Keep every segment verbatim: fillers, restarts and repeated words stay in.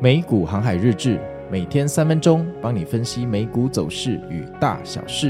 美股航海日志，每天三分钟，帮你分析美股走势与大小事。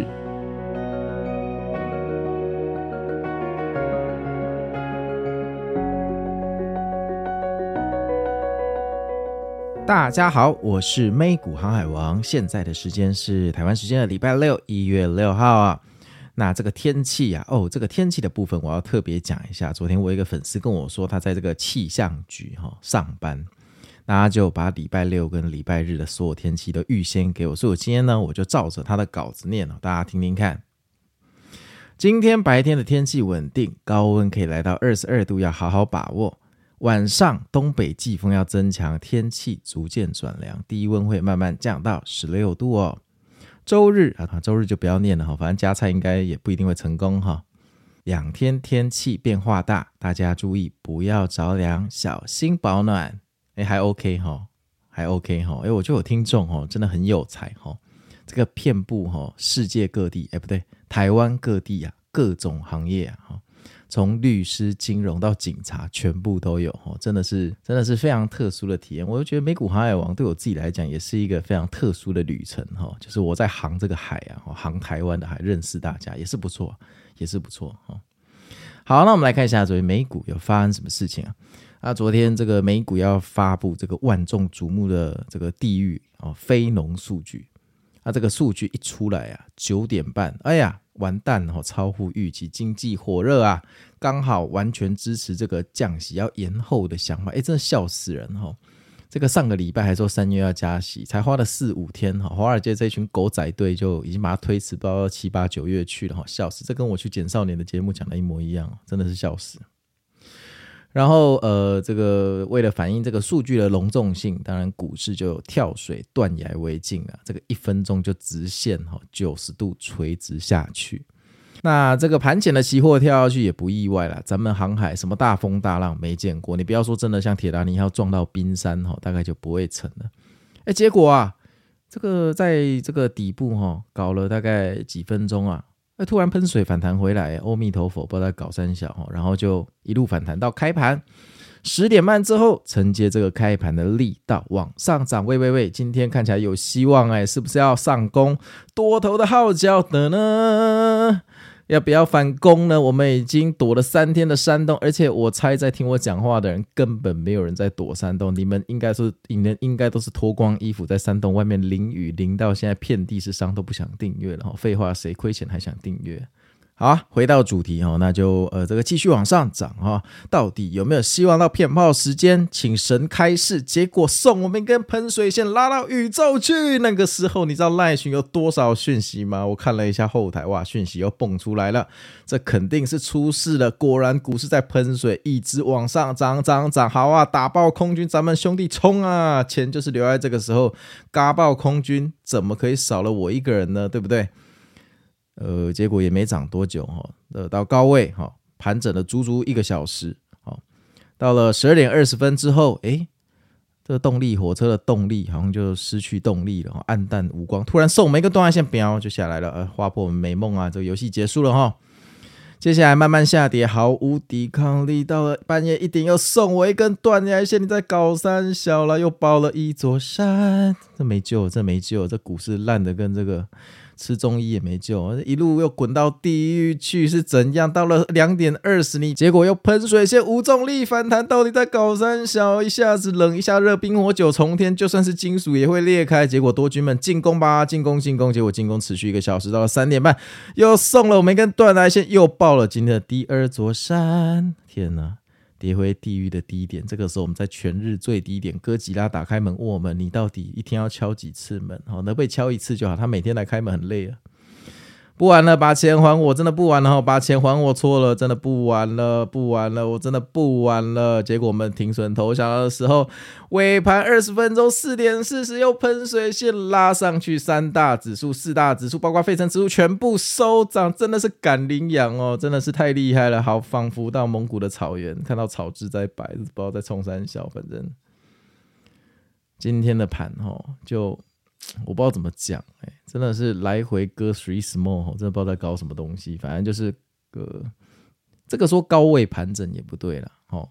大家好，我是美股航海王，现在的时间是台湾时间的礼拜六，一月六号啊。那这个天气啊，哦，这个天气的部分我要特别讲一下。昨天我有一个粉丝跟我说，他在这个气象局、哦、上班，那他就把礼拜六跟礼拜日的所有天气都预先给我，所以我今天呢，我就照着他的稿子念了，大家听听看。今天白天的天气稳定，高温可以来到二十二度，要好好把握。晚上东北季风要增强，天气逐渐转凉，低温会慢慢降到十六度哦。周日啊，周日就不要念了，反正加菜应该也不一定会成功哈。两天天气变化大，大家注意不要着凉，小心保暖。哎，还 OK 哈，还 OK 哈。哎，我觉得有听众哈，真的很有才哈。这个遍布哈世界各地，哎不对，台湾各地啊，各种行业啊哈。从律师、金融到警察，全部都有，真的是真的是非常特殊的体验。我就觉得美股航海王对我自己来讲，也是一个非常特殊的旅程，就是我在航这个海啊，航台湾的海，认识大家也是不错，也是不错。好，那我们来看一下昨天美股有发生什么事情啊？啊，昨天这个美股要发布这个万众瞩目的这个地域哦非农数据，啊，这个数据一出来啊，九点半，哎呀！完蛋哦，超乎预期，经济火热啊，刚好完全支持这个降息要延后的想法，哎，真的笑死人哦！这个上个礼拜还说三月要加息，才花了四五天哈，华尔街这群狗仔队就已经把它推迟不到七八九月去了哈，笑死！这跟我去简少年的节目讲的一模一样，真的是笑死。然后呃，这个为了反映这个数据的隆重性，当然股市就有跳水断崖为敬啊，这个一分钟就直线九十度垂直下去。那这个盘前的期货跳下去也不意外啦，咱们航海什么大风大浪没见过，你不要说真的像铁达尼号撞到冰山大概就不会沉了。哎，结果啊，这个在这个底部搞了大概几分钟啊。突然喷水反弹回来，阿弥陀佛，不知道在搞三小，然后就一路反弹到开盘十点半之后，承接这个开盘的力道往上涨。喂喂喂，今天看起来有希望哎，是不是要上攻？多头的号角的呢？要不要反攻呢？我们已经躲了三天的山洞，而且我猜在听我讲话的人根本没有人在躲山洞，你们应该是你们应该都是脱光衣服在山洞外面淋雨，淋到现在遍地是伤都不想订阅了。废话，谁亏钱还想订阅？好啊，回到主题那就呃这个继续往上涨到底有没有希望到骗炮时间？请神开示，结果送我们一根喷水线拉到宇宙去。那个时候你知道 LINE 群有多少讯息吗？我看了一下后台，哇，讯息又蹦出来了，这肯定是出事了。果然股市在喷水，一直往上涨涨涨，好啊，打爆空军，咱们兄弟冲啊！钱就是留在这个时候，嘎爆空军，怎么可以少了我一个人呢？对不对？呃，结果也没涨多久哈，到高位哈，盘整了足足一个小时，好，到了十二点二十分之后，诶，这个动力火车的动力好像就失去动力了，暗淡无光，突然送我们一个断线标就下来了，呃，划破我们美梦啊，这个游戏结束了哈。接下来慢慢下跌，毫无抵抗力，到了半夜一点又送我一根断崖线，你在搞三小了，又爆了一座山，这没救，这没救，这股市烂的跟这个吃中医也没救，一路又滚到地狱去是怎样？到了两点二十，你结果又喷水线无重力反弹，到底在搞三小？一下子冷，一下热，冰火九重天，就算是金属也会裂开。结果多军们进攻吧，进攻进攻，结果进攻持续一个小时，到了三点半又送了我们一根断崖线，又爆了今天的第二座山。天哪！跌回地狱的低点，这个时候我们在全日最低点，哥吉拉打开门问我们，你到底一天要敲几次门？能被敲一次就好，他每天来开门很累啊。不玩了，把钱还我，真的不玩了，把钱还我，错了，真的不玩了，不玩了，我真的不玩了。结果我们停损投降的时候，尾盘二十分钟四点四十又喷水线拉上去，三大指数、四大指数，包括费城指数全部收涨，真的是赶羚羊哦，真的是太厉害了。好，仿佛到蒙古的草原，看到草枝在摆，不知道在冲三小，反正今天的盘就。我不知道怎么讲、欸、真的是来回割 three small， 真的不知道在搞什么东西，反正就是、呃、这个说高位盘整也不对啦、哦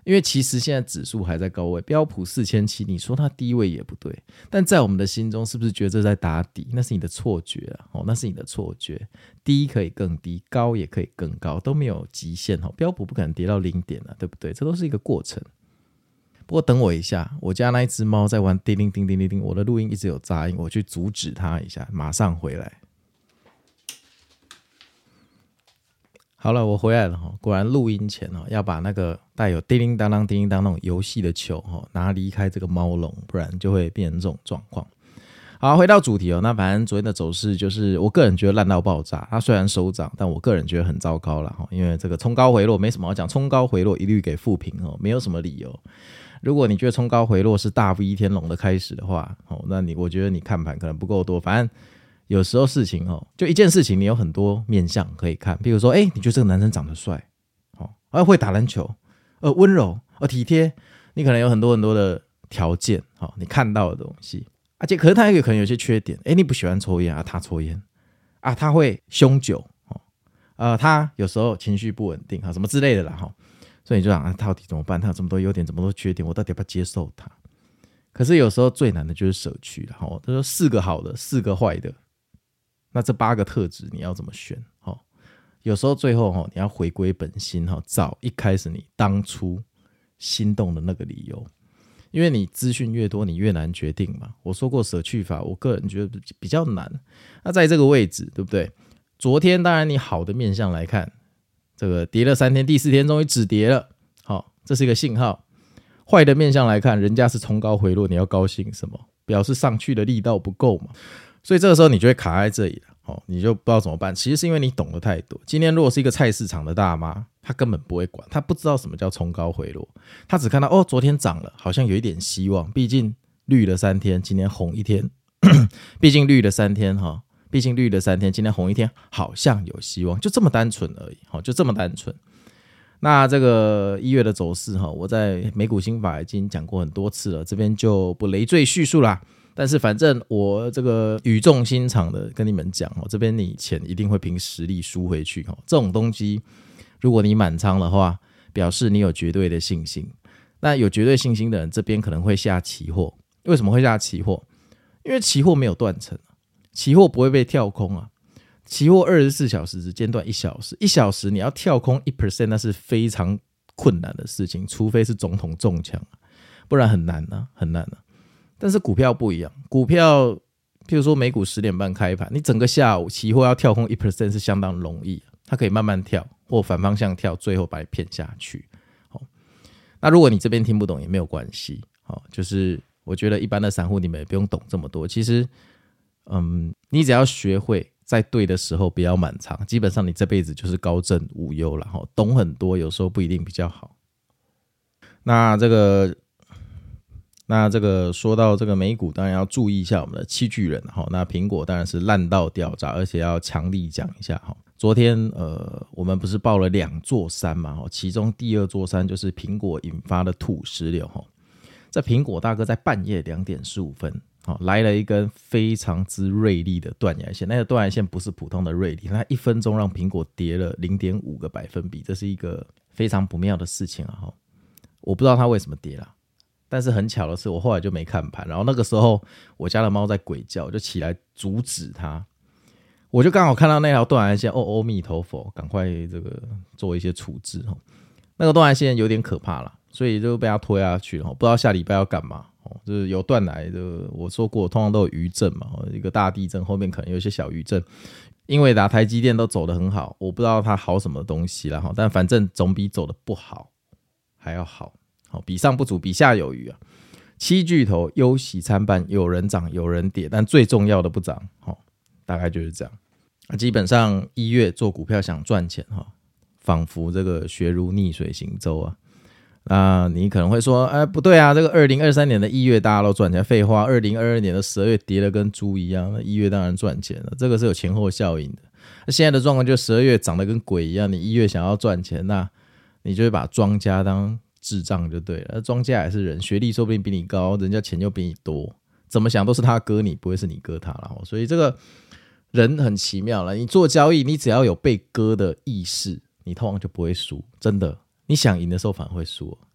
因为其实现在指数还在高位，标普四千七，你说它低位也不对，但在我们的心中是不是觉得这在打底？那是你的错觉啊，哦，那是你的错觉。低可以更低，高也可以更高，都没有极限哦。标普不可能跌到零点啊，对不对？这都是一个过程。不过等我一下，我家那一只猫在玩叮铃叮铃叮铃，我的录音一直有杂音，我去阻止它一下，马上回来。好了，我回来了哈。果然录音前要把那个带有叮铃当当、叮铃当那种游戏的球拿离开这个猫笼，不然就会变成这种状况。好，回到主题哦。那反正昨天的走势就是我个人觉得烂到爆炸。它虽然收涨，但我个人觉得很糟糕了，因为这个冲高回落没什么好讲，冲高回落一律给负评哦，没有什么理由。如果你觉得冲高回落是大 V 天龙的开始的话，那你我觉得你看盘可能不够多。反正有时候事情就一件事情，你有很多面向可以看。比如说，哎，你觉得这个男生长得帅，哦，会打篮球，呃，温柔，呃，体贴，你可能有很多很多的条件，哦，你看到的东西。而且可是他也可能有些缺点，哎，你不喜欢抽烟啊，他抽烟啊，他会凶酒，哦，呃，他有时候情绪不稳定啊，什么之类的啦，哈。所以你就想啊，到底怎么办？他有这么多优点，这么多缺点，我到底要不要接受他？可是有时候最难的就是舍去了，哈。他说四个好的，四个坏的，那这八个特质你要怎么选？哈，有时候最后哈，你要回归本心哈，找一开始你当初心动的那个理由。因为你资讯越多，你越难决定嘛。我说过舍去法，我个人觉得比较难。那在这个位置，对不对？昨天当然你好的面向来看，这个跌了三天，第四天终于止跌了，好，这是一个信号。坏的面向来看，人家是冲高回落，你要高兴什么？表示上去的力道不够嘛。所以这个时候你就会卡在这里了。哦，你就不知道怎么办。其实是因为你懂得太多。今天如果是一个菜市场的大妈，她根本不会管，她不知道什么叫冲高回落，她只看到哦，昨天涨了，好像有一点希望。毕竟绿了三天，今天红一天，毕竟绿了三天哈，毕竟绿了三天，今天红一天，好像有希望，就这么单纯而已，好，就这么单纯。那这个一月的走势哈，我在美股心法已经讲过很多次了，这边就不累赘叙述啦。但是反正我这个语重心长的跟你们讲，这边你钱一定会凭实力输回去。这种东西如果你满仓的话，表示你有绝对的信心。那有绝对信心的人，这边可能会下期货。为什么会下期货？因为期货没有断层，期货不会被跳空啊。期货二十四小时只间断一小时，一小时你要跳空 百分之一， 那是非常困难的事情，除非是总统中枪，不然很难啊，很难啊。但是股票不一样，股票譬如说美股十点半开盘，你整个下午期货要跳空 百分之一 是相当容易，它可以慢慢跳或反方向跳，最后把你骗下去。那如果你这边听不懂也没有关系，就是我觉得一般的散户你们也不用懂这么多。其实嗯，你只要学会在对的时候不要满仓，基本上你这辈子就是高枕无忧了。懂很多有时候不一定比较好。那这个那这个说到这个美股，当然要注意一下我们的七巨人。那苹果当然是烂到掉渣，而且要强力讲一下。昨天呃，我们不是报了两座山嘛，其中第二座山就是苹果引发的土石流。这苹果大哥在半夜两点十五分来了一根非常之锐利的断崖线，那个断崖线不是普通的锐利，它一分钟让苹果跌了 零点五 个百分比，这是一个非常不妙的事情啊。我不知道它为什么跌啦，但是很巧的是我后来就没看盘，然后那个时候我家的猫在鬼叫，我就起来阻止它，我就刚好看到那条断崖线，哦，阿弥陀佛，赶快这个做一些处置。那个断崖线有点可怕啦，所以就被它拖下去了，不知道下礼拜要干嘛。就是有断崖的，我说过通常都有余震嘛，一个大地震后面可能有一些小余震。英伟达、台积电都走得很好，我不知道它好什么东西啦，但反正总比走得不好还要好，比上不足，比下有余啊。七巨头忧喜参半，有人涨有人跌，但最重要的不涨，大概就是这样。基本上一月做股票想赚钱，仿佛这个学如逆水行舟啊。那你可能会说，哎，不对啊，这个二零二三年的一月大家都赚钱，废话，二零二二年的十二月跌得跟猪一样，那一月当然赚钱了，这个是有前后效应的。那现在的状况就十二月涨得跟鬼一样，你一月想要赚钱，那你就会把庄家当智障就对了。庄家也是人，学历说不定比你高，人家钱又比你多，怎么想都是他割你，不会是你割他啦。所以这个人很奇妙啦，你做交易，你只要有被割的意识，你通常就不会输，真的。你想赢的时候反而会输，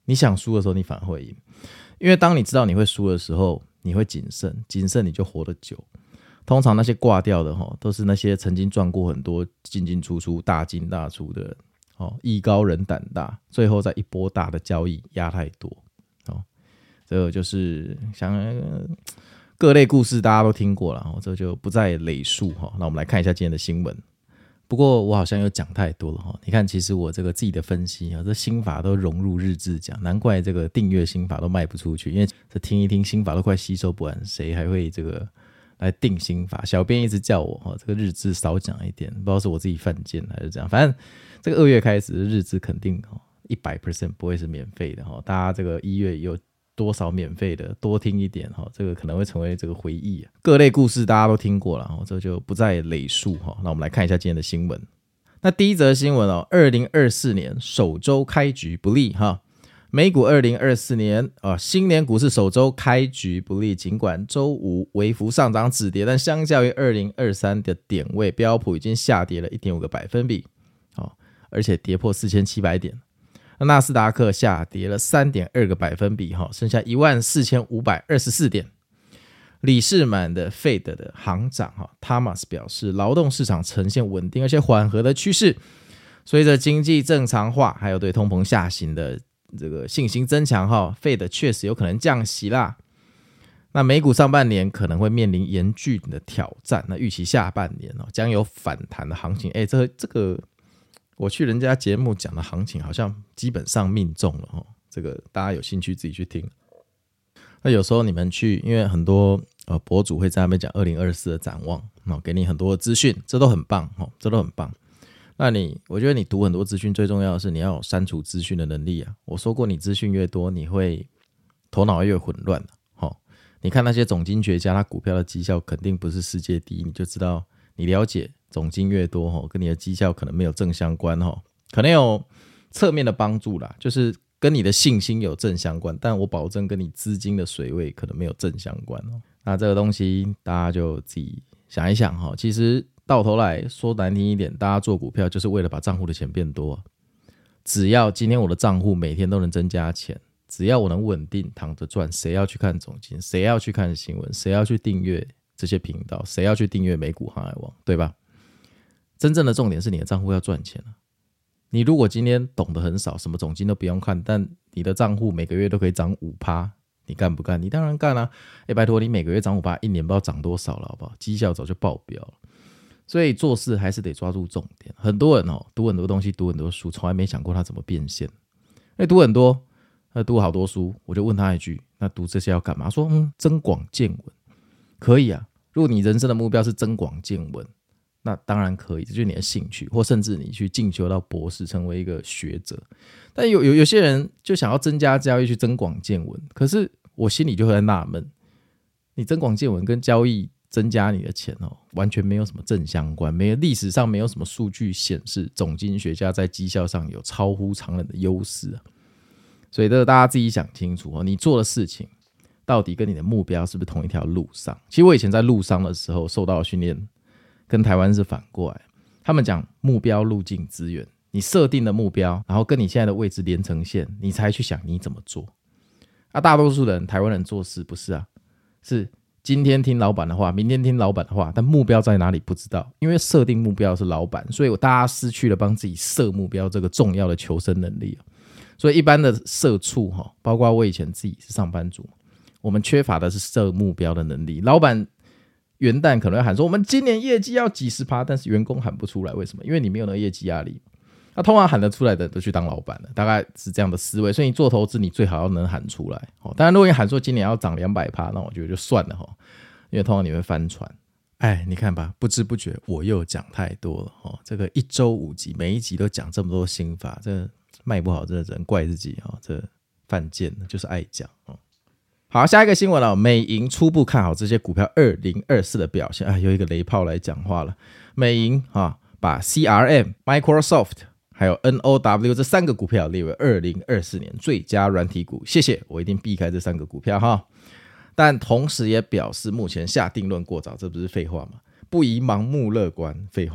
你想输的时候你反而会赢，因为当你知道你会输的时候，你会谨慎，谨慎你就活得久。通常那些挂掉的都是那些曾经赚过很多进进出出大进大出的人，艺高人胆大，最后在一波大的交易压太多。这个就是想各类故事大家都听过了，这就不再累述。那我们来看一下今天的新闻。不过我好像有讲太多了，你看其实我这个自己的分析，这心法都融入日志讲，难怪这个订阅心法都卖不出去，因为这听一听心法都快吸收不完，谁还会这个来定心法？小编一直叫我这个日志少讲一点，不知道是我自己犯贱还是这样，反正这个二月开始日志肯定 百分之百 不会是免费的，大家这个一月有多少免费的多听一点，这个可能会成为这个回忆。各类故事大家都听过了，这就不再累述。那我们来看一下今天的新闻。那第一则新闻二零二四年首周开局不利，美股二零二四年、呃、新年股市首周开局不利，尽管周五微幅上涨止跌，但相较于二零二三的点位，标普已经下跌了 一点五 个百分比、哦、而且跌破四千七百点。纳斯达克下跌了 三点二 个百分比，剩下一万四千五百二十四点。李士满的 Fed 的行长 Thomas 表示，劳动市场呈现稳定而且缓和的趋势，随着经济正常化还有对通膨下行的这个信心增强， Fed 确实有可能降息啦。那美股上半年可能会面临严峻的挑战，那预期下半年将有反弹的行情。欸、这这个我去人家节目讲的行情好像基本上命中了、哦、这个大家有兴趣自己去听。那有时候你们去，因为很多、呃、博主会在那边讲二零二四的展望、哦、给你很多的资讯，这都很棒、哦、这都很棒。那你我觉得你读很多资讯，最重要的是你要有删除资讯的能力啊。我说过，你资讯越多，你会头脑越混乱、哦、你看那些总经学家，他股票的绩效肯定不是世界第一，你就知道你了解总经越多，跟你的绩效可能没有正相关，可能有侧面的帮助啦，就是跟你的信心有正相关，但我保证跟你资金的水位可能没有正相关。那这个东西大家就自己想一想，其实到头来说难听一点，大家做股票就是为了把账户的钱变多。只要今天我的账户每天都能增加钱，只要我能稳定躺着赚，谁要去看总经，谁要去看新闻，谁要去订阅这些频道，谁要去订阅美股航海王，对吧？真正的重点是你的账户要赚钱、啊、你如果今天懂得很少，什么总经都不用看，但你的账户每个月都可以涨 百分之五， 你干不干？你当然干啊。欸、拜托你每个月涨 百分之五， 一年不知道涨多少了，好不好？绩效早就爆表了。所以做事还是得抓住重点。很多人、哦、读很多东西，读很多书，从来没想过他怎么变现。欸、读很多读好多书，我就问他一句，那读这些要干嘛？说嗯，增广见闻。可以啊，如果你人生的目标是增广见闻，那当然可以，这就是你的兴趣，或甚至你去进修到博士，成为一个学者。但有有有些人就想要增加交易去增广见闻，可是我心里就会在纳闷，你增广见闻跟交易增加你的钱、哦、完全没有什么正相关，没有历史上没有什么数据显示总经学家在绩效上有超乎常人的优势、啊、所以这个大家自己想清楚、哦、你做的事情到底跟你的目标是不是同一条路上。其实我以前在路上的时候受到的训练跟台湾是反过来，他们讲目标路径资源，你设定的目标然后跟你现在的位置连成线，你才去想你怎么做啊。大多数人台湾人做事不是啊，是今天听老板的话，明天听老板的话，但目标在哪里不知道，因为设定目标是老板，所以大家失去了帮自己设目标这个重要的求生能力。所以一般的社畜，包括我以前自己是上班族，我们缺乏的是设目标的能力。老板元旦可能会喊说我们今年业绩要几十%，但是员工喊不出来，为什么？因为你没有那个业绩压力。那通常喊得出来的都去当老板了，大概是这样的思维。所以你做投资，你最好要能喊出来。当然如果你喊说今年要涨 百分之两百，那我觉得就算了，因为通常你会翻船。哎，你看吧，不知不觉我又讲太多了。这个一周五集，每一集都讲这么多心法，这卖不好真的只能怪自己，这犯贱就是爱讲。好，下一个新闻了，美银初步看好这些股票二零二四的表现。啊，有一个雷炮来讲话了，美银、啊、把 C R M、Microsoft 还有 N O W 这三个股票列为二零二四年最佳软体股。谢谢，我一定避开这三个股票哈。但同时也表示目前下定论过早，这不是废话吗？不宜盲目乐观，废话。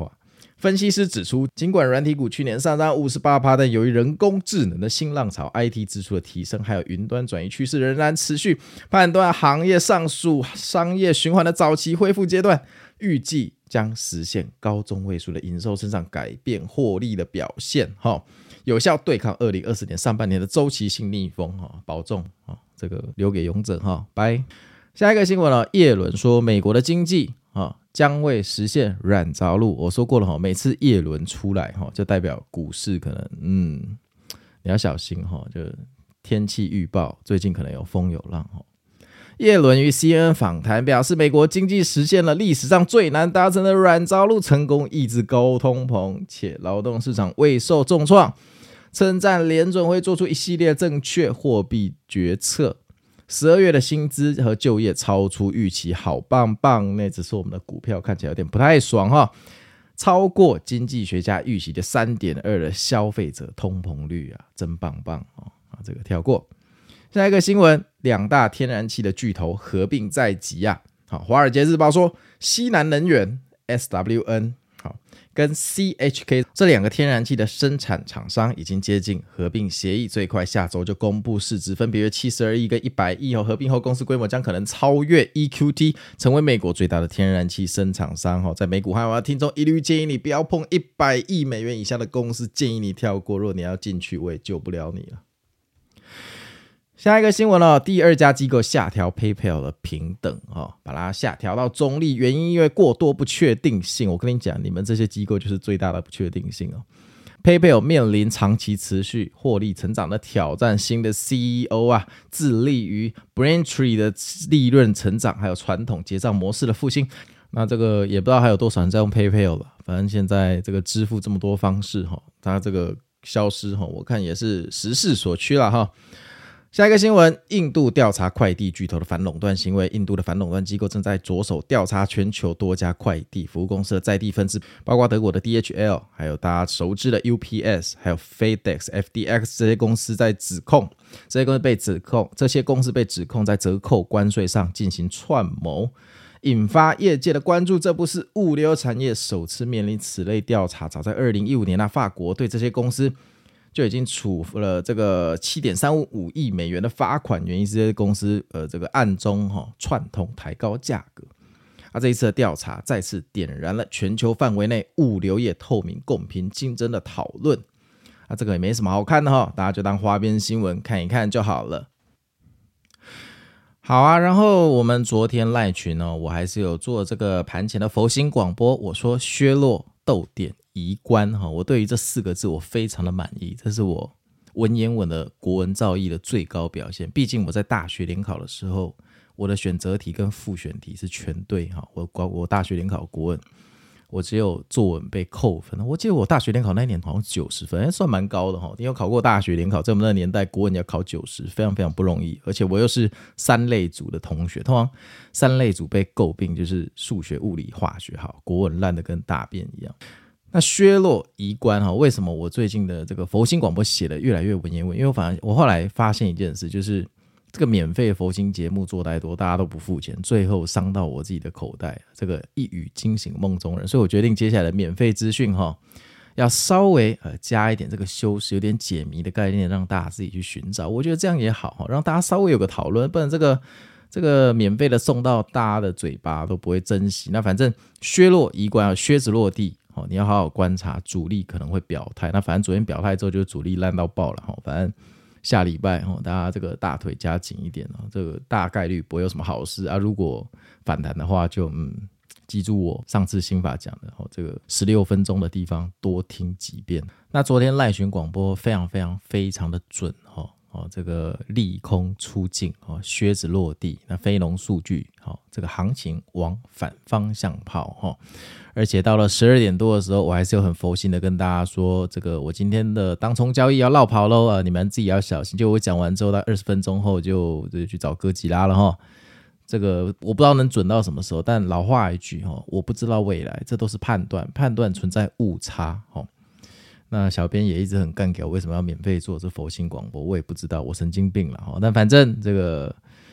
分析师指出，尽管软体股去年上涨 百分之五十八， 但由于人工智能的新浪潮、I T 支出的提升，还有云端转移趋势仍然持续，判断行业上属商业循环的早期恢复阶段，预计将实现高中位数的营收增长，改变获利的表现，有效对抗二零二四年上半年的周期性逆风，保重，这个留给勇者，拜。下一个新闻了，叶伦说美国的经济将会实现软着陆。我说过了，每次叶伦出来就代表股市可能嗯你要小心，就天气预报最近可能有风有浪。叶伦于 C N N 访谈表示，美国经济实现了历史上最难达成的软着陆，成功抑制高通膨，且劳动市场未受重创，称赞联准会做出一系列正确货币决策。十二月的薪资和就业超出预期，好棒棒，那只是我们的股票看起来有点不太爽哈，超过经济学家预期的 三点二 的消费者通膨率啊，真棒棒哦，这个跳过。下一个新闻，两大天然气的巨头合并在即啊，好，华尔街日报说西南能源 S W N 好跟 C H K 这两个天然气的生产厂商已经接近合并协议，最快下周就公布市值，分别约七十二亿跟一百亿，合并后公司规模将可能超越 E Q T， 成为美国最大的天然气生产商。在美股海外听众一律建议你不要碰一百亿美元以下的公司，建议你跳过，如果你要进去我也救不了你了。下一个新闻了，第二家机构下调 PayPal 的评等，把它下调到中立，原因因为过多不确定性。我跟你讲，你们这些机构就是最大的不确定性。PayPal 面临长期持续获利成长的挑战，新的 C E O 啊，致力于 Braintree 的利润成长，还有传统结账模式的复兴。那这个也不知道还有多少人在用 PayPal 了，反正现在这个支付这么多方式，它这个消失我看也是时势所趋了哈。下一个新闻，印度调查快递巨头的反垄断行为。印度的反垄断机构正在着手调查全球多家快递服务公司的在地分支，包括德国的 D H L， 还有大家熟知的 U P S， 还有 FedEx、F D X 这些公司在指控，这些公司被指控，这些公司被指控在折扣关税上进行串谋，引发业界的关注。这不是物流产业首次面临此类调查，早在二零一五年啊，法国对这些公司就已经处了这个 七点三五五亿美元的罚款，原因是这些公司呃这个暗中、哦、串通抬高价格。啊，这一次的调查再次点燃了全球范围内物流业透明、公平、竞争的讨论。啊，这个也没什么好看的哈、哦，大家就当花边新闻看一看就好了。好啊，然后我们昨天赖群哦，我还是有做这个盘前的佛心广播，我说削弱逗点移关，我对于这四个字我非常的满意，这是我文言文的国文造诣的最高表现。毕竟我在大学联考的时候，我的选择题跟复选题是全对，我我大学联考国文我只有作文被扣分，我记得我大学联考那一年好像九十分，算蛮高的。你有考过大学联考，在我们那个年代国文要考九十，非常非常不容易。而且我又是三类组的同学，通常三类组被诟病就是数学、物理、化学好，国文烂的跟大便一样。那削弱移关，为什么我最近的这个佛心广播写的越来越文言文？因为我反而我后来发现一件事，就是这个免费的佛经节目做太多，大家都不付钱，最后伤到我自己的口袋，这个一语惊醒梦中人。所以我决定接下来的免费资讯要稍微、呃、加一点这个修饰，有点解谜的概念，让大家自己去寻找。我觉得这样也好，让大家稍微有个讨论，不然这个这个免费的送到大家的嘴巴都不会珍惜。那反正削弱移关，靴子落地，你要好好观察，主力可能会表态。那反正昨天表态之后，就主力烂到爆了。反正下礼拜大家这个大腿加紧一点，这个大概率不会有什么好事啊。如果反弹的话就，嗯，记住我上次心法讲的，这个十六分钟的地方多听几遍。那昨天赖群广播非常非常非常的准，哦、这个利空出尽，哦、靴子落地，那非农数据，哦、这个行情往反方向跑，哦、而且到了十二点多的时候，我还是有很佛心的跟大家说，这个我今天的当冲交易要落跑咯、啊、你们自己要小心。就我讲完之后，到二十分钟后就就去找哥吉拉了哈。这个我不知道能准到什么时候，但老话一句，我不知道未来，这都是判断，判断存在误差。那小编也一直很干掉，为什么要免费做这佛心广播？我也不知道，我神经病了。但反正这个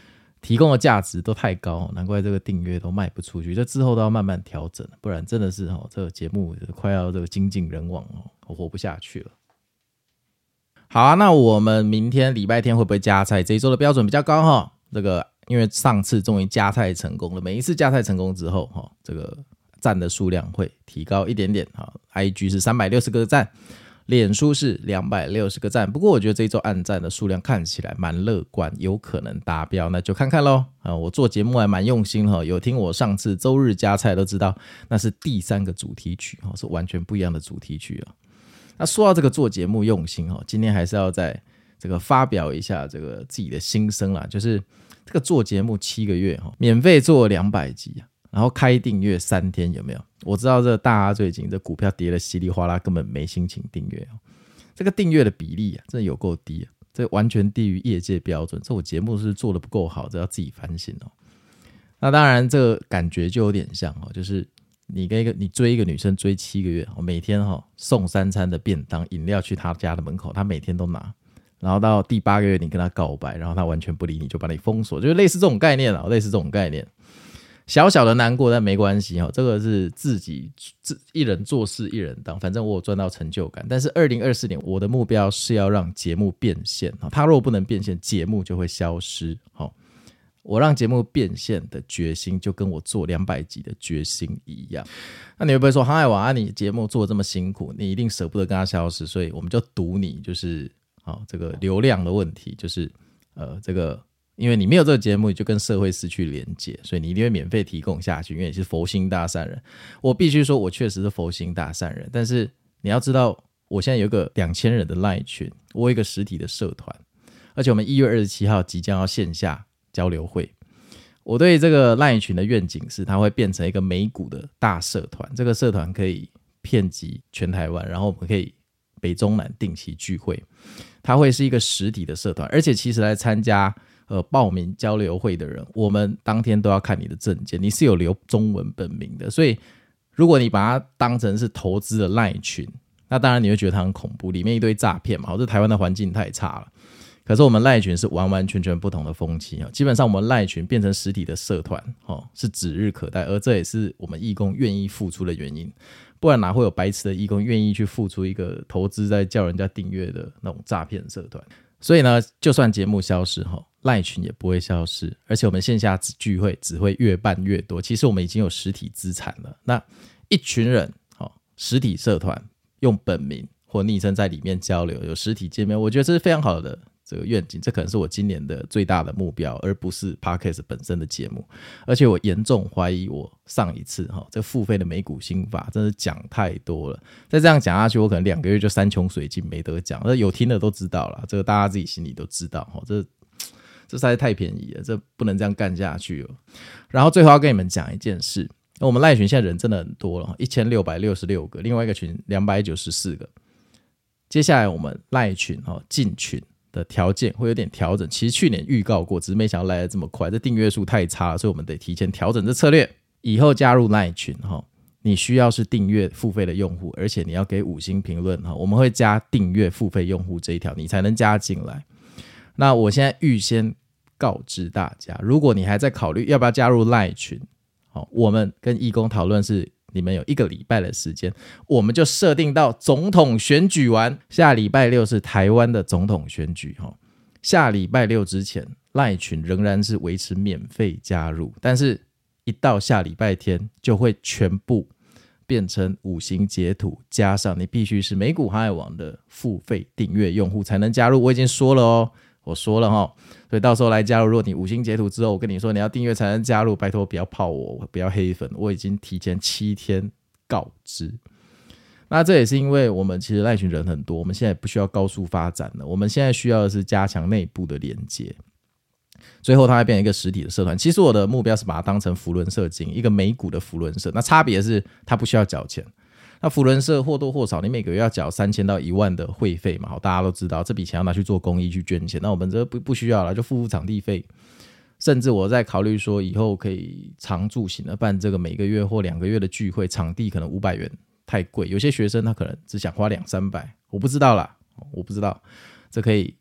提供的价值都太高，难怪这个订阅都卖不出去，这之后都要慢慢调整，不然真的是哦，这个节目快要这个精尽人亡哦，我活不下去了。好啊，那我们明天礼拜天会不会加菜？这一周的标准比较高哈，这个因为上次终于加菜成功了，每一次加菜成功之后哈，这个赞的数量会提高一点点哈。I G 是三百六十个赞，脸书是两百六十个赞，不过我觉得这一周按赞的数量看起来蛮乐观，有可能达标，那就看看咯、啊、我做节目还蛮用心哈，有听我上次周日加菜都知道，那是第三个主题曲，是完全不一样的主题曲啊。那说到这个做节目用心，今天还是要在这个发表一下这个自己的心声啦，就是这个做节目七个月，免费做两百集，然后开订阅三天，有没有？我知道这大家最近这股票跌得稀里哗啦，根本没心情订阅，这个订阅的比例啊，真的有够低，这完全低于业界标准，这我节目是做得不够好，这要自己反省哦。那当然这个感觉就有点像，就是你跟一个你追一个女生追七个月，每天送三餐的便当饮料去她家的门口，她每天都拿，然后到第八个月你跟她告白，然后她完全不理你，就把你封锁，就是类似这种概念，类似这种概念。小小的难过但没关系，这个是自己一人做事一人当，反正我有赚到成就感。但是二零二四年我的目标是要让节目变现，它如果不能变现，节目就会消失。我让节目变现的决心就跟我做两百集的决心一样。那你会不会说航海王啊，你节目做这么辛苦，你一定舍不得跟它消失，所以我们就赌你就是这个流量的问题，就是呃这个因为你没有这个节目，你就跟社会失去连结，所以你一定会免费提供下去，因为你是佛心大善人。我必须说我确实是佛心大善人，但是你要知道我现在有一个两千人的 LINE 群，我有一个实体的社团，而且我们一月二十七号即将要线下交流会。我对这个 LINE 群的愿景是它会变成一个美股的大社团，这个社团可以遍及全台湾，然后我们可以北中南定期聚会，它会是一个实体的社团，而且其实来参加呃，报名交流会的人，我们当天都要看你的证件，你是有留中文本名的，所以如果你把它当成是投资的 LINE 群，那当然你会觉得它很恐怖，里面一堆诈骗嘛，这台湾的环境太差了。可是我们 LINE 群是完完全全不同的风气，基本上我们 LINE 群变成实体的社团是指日可待，而这也是我们义工愿意付出的原因，不然哪会有白痴的义工愿意去付出一个投资在叫人家订阅的那种诈骗社团。所以呢，就算节目消失，LINE 群也不会消失，而且我们线下聚会只会越办越多。其实我们已经有实体资产了，那一群人实体社团用本名或昵称在里面交流，有实体见面，我觉得这是非常好的这个愿景，这可能是我今年的最大的目标，而不是 Podcast 本身的节目。而且我严重怀疑我上一次这个付费的美股心法真的讲太多了，再这样讲下去我可能两个月就山穷水尽没得讲，有听的都知道了，这个大家自己心里都知道，这这实在太便宜了，这不能这样干下去了。然后最后要跟你们讲一件事，我们 LINE 群现在人真的很多了，一千六百六十六个，另外一个群两百九十四个。接下来我们 LINE 群进群的条件会有点调整，其实去年预告过，只是没想到来得这么快，这订阅数太差了，所以我们得提前调整这策略。以后加入 LINE 群，你需要是订阅付费的用户，而且你要给五星评论，我们会加订阅付费用户这一条，你才能加进来。那我现在预先告知大家，如果你还在考虑要不要加入 LINE 群，我们跟义工讨论是你们有一个礼拜的时间，我们就设定到总统选举完，下礼拜六是台湾的总统选举，下礼拜六之前 LINE 群仍然是维持免费加入，但是一到下礼拜天就会全部变成五星截图，加上你必须是美股航海王的付费订阅用户才能加入，我已经说了哦，我说了齁，所以到时候来加入，如果你五星截图之后我跟你说你要订阅才能加入，拜托不要泡我，不要黑粉，我已经提前七天告知。那这也是因为我们其实LINE群人很多，我们现在不需要高速发展了，我们现在需要的是加强内部的连接，最后它会变成一个实体的社团。其实我的目标是把它当成扶轮社经营，一个美股的扶轮社，那差别是它不需要缴钱，那扶轮社或多或少你每个月要缴三千到一万的会费嘛，好，大家都知道这笔钱要拿去做公益去捐钱，那我们这 不, 不需要了，就付付场地费。甚至我在考虑说以后可以常驻型的办这个每个月或两个月的聚会，场地可能五百元太贵，有些学生他可能只想花两三百，我不知道啦，我不知道，这可以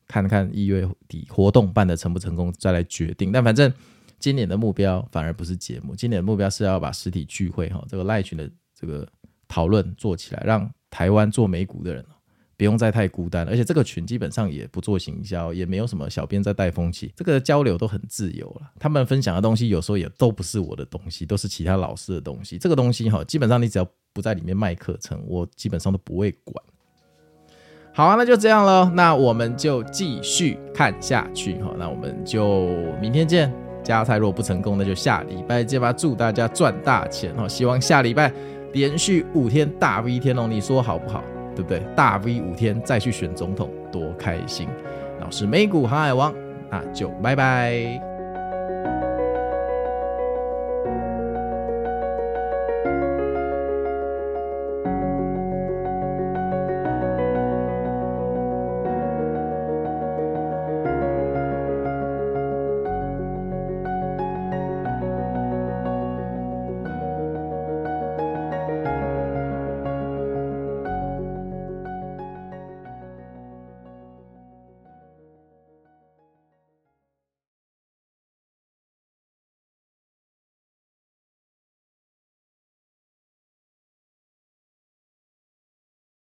看看一月底活动办得成不成功再来决定。但反正今年的目标反而不是节目，今年的目标是要把实体聚会这个赖群的这个讨论做起来，让台湾做美股的人不用再太孤单，而且这个群基本上也不做行销，也没有什么小编在带风气，这个交流都很自由了。他们分享的东西有时候也都不是我的东西，都是其他老师的东西。这个东西基本上你只要不在里面卖课程，我基本上都不会管。好啊，那就这样了，那我们就继续看下去。那我们就明天见。加菜如果不成功，那就下礼拜见吧。祝大家赚大钱，希望下礼拜连续五天大 V 天龙，你说好不好？对不对？大 V 五天再去选总统，多开心！那我是美股航海王，那就拜拜。